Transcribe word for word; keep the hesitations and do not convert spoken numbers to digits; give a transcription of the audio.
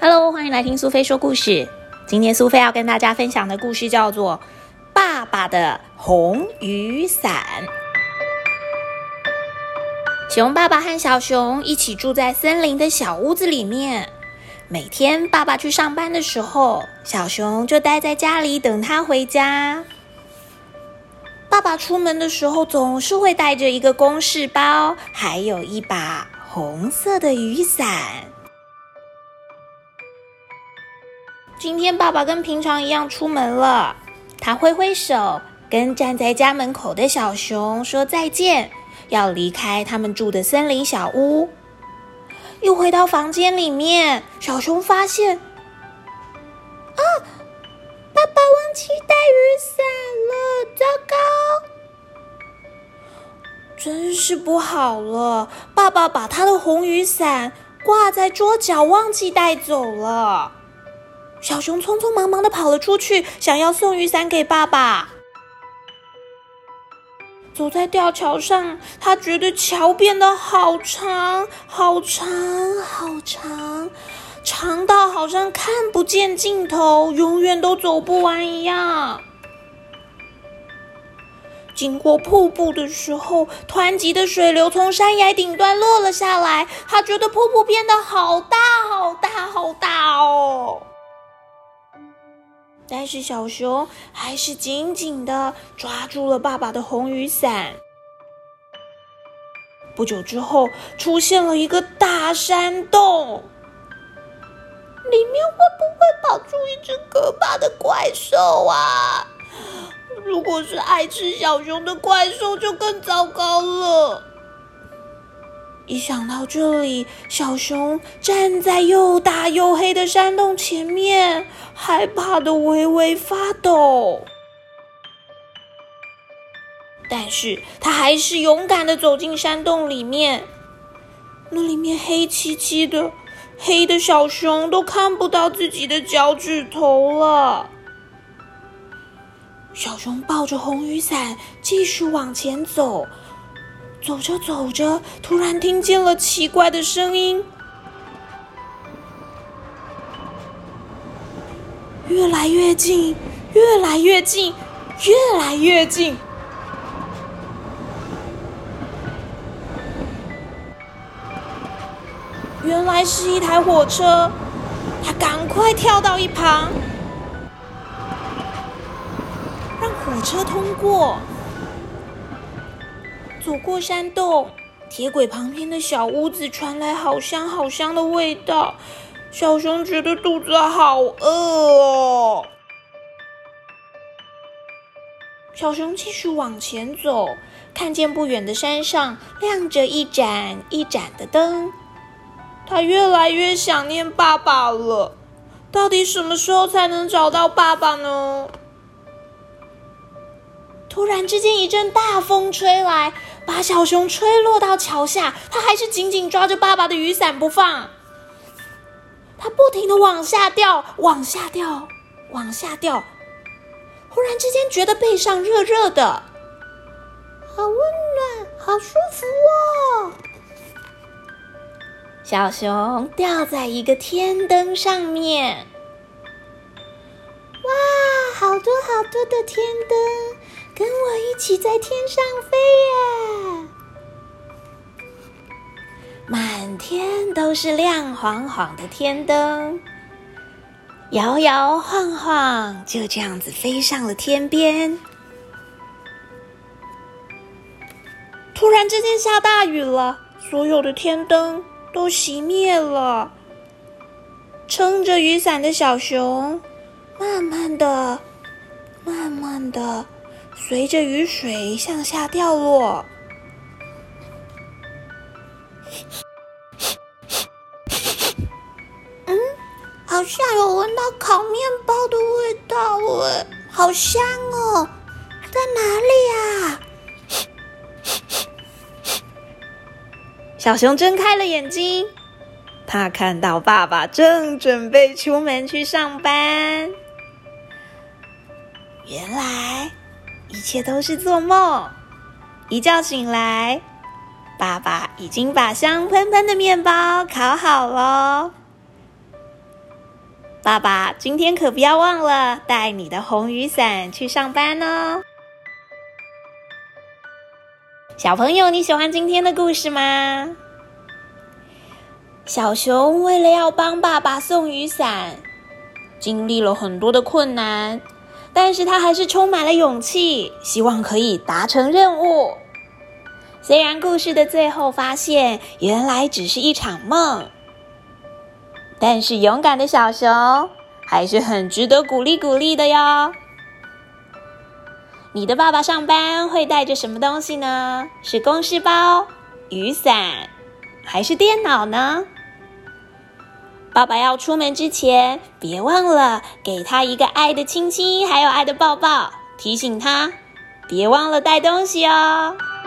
Hello， 欢迎来听苏菲说故事。今天苏菲要跟大家分享的故事叫做《爸爸的红雨伞》。熊爸爸和小熊一起住在森林的小屋子里面。每天爸爸去上班的时候，小熊就待在家里等他回家。爸爸出门的时候总是会带着一个公事包，还有一把红色的雨伞。今天爸爸跟平常一样出门了，他挥挥手，跟站在家门口的小熊说再见，要离开他们住的森林小屋。一回到房间里面，小熊发现，啊，爸爸忘记带雨伞了，糟糕！真是不好了，爸爸把他的红雨伞挂在桌角，忘记带走了。小熊匆匆忙忙地跑了出去，想要送雨伞给爸爸。走在吊桥上，他觉得桥变得好长好长好长，长到好像看不见尽头，永远都走不完一样。经过瀑布的时候，湍急的水流从山崖顶端落了下来，他觉得瀑布变得好大好大好大哦。但是小熊还是紧紧地抓住了爸爸的红雨伞。不久之后，出现了一个大山洞，里面会不会跑出一只可怕的怪兽啊？如果是爱吃小熊的怪兽，就更糟糕了。一想到这里，小熊站在又大又黑的山洞前面，害怕得微微发抖。但是他还是勇敢地走进山洞里面，那里面黑漆漆的，黑的小熊都看不到自己的脚趾头了。小熊抱着红雨伞继续往前走，走着走着，突然听见了奇怪的声音，越来越近，越来越近，越来越近。原来是一台火车，他赶快跳到一旁，让火车通过。走过山洞，铁轨旁边的小屋子传来好香好香的味道，小熊觉得肚子好饿哦。小熊继续往前走，看见不远的山上亮着一盏一盏的灯，他越来越想念爸爸了。到底什么时候才能找到爸爸呢？突然之间，一阵大风吹来，把小熊吹落到桥下，他还是紧紧抓着爸爸的雨伞不放。他不停地往下掉，往下掉，往下掉。忽然之间觉得背上热热的，好温暖，好舒服哦。小熊掉在一个天灯上面，哇，好多好多的天灯，跟我一起在天上飞耶！满天都是亮晃晃的天灯，摇摇晃晃，就这样子飞上了天边。突然之间下大雨了，所有的天灯都熄灭了。撑着雨伞的小熊，慢慢的、慢慢的随着雨水向下掉落。嗯，好像有闻到烤面包的味道耶，好香哦！在哪里啊？小熊睁开了眼睛，他看到爸爸正准备出门去上班。原来一切都是做梦，一觉醒来，爸爸已经把香喷喷的面包烤好了。 爸爸今天可不要忘了带你的红雨伞去上班哦。小朋友，你喜欢今天的故事吗？小熊为了要帮爸爸送雨伞，经历了很多的困难，但是他还是充满了勇气，希望可以达成任务。虽然故事的最后发现原来只是一场梦，但是勇敢的小熊还是很值得鼓励鼓励的哟。你的爸爸上班会带着什么东西呢？是公事包、雨伞，还是电脑呢？爸爸要出门之前，别忘了给他一个爱的亲亲，还有爱的抱抱，提醒他别忘了带东西哦。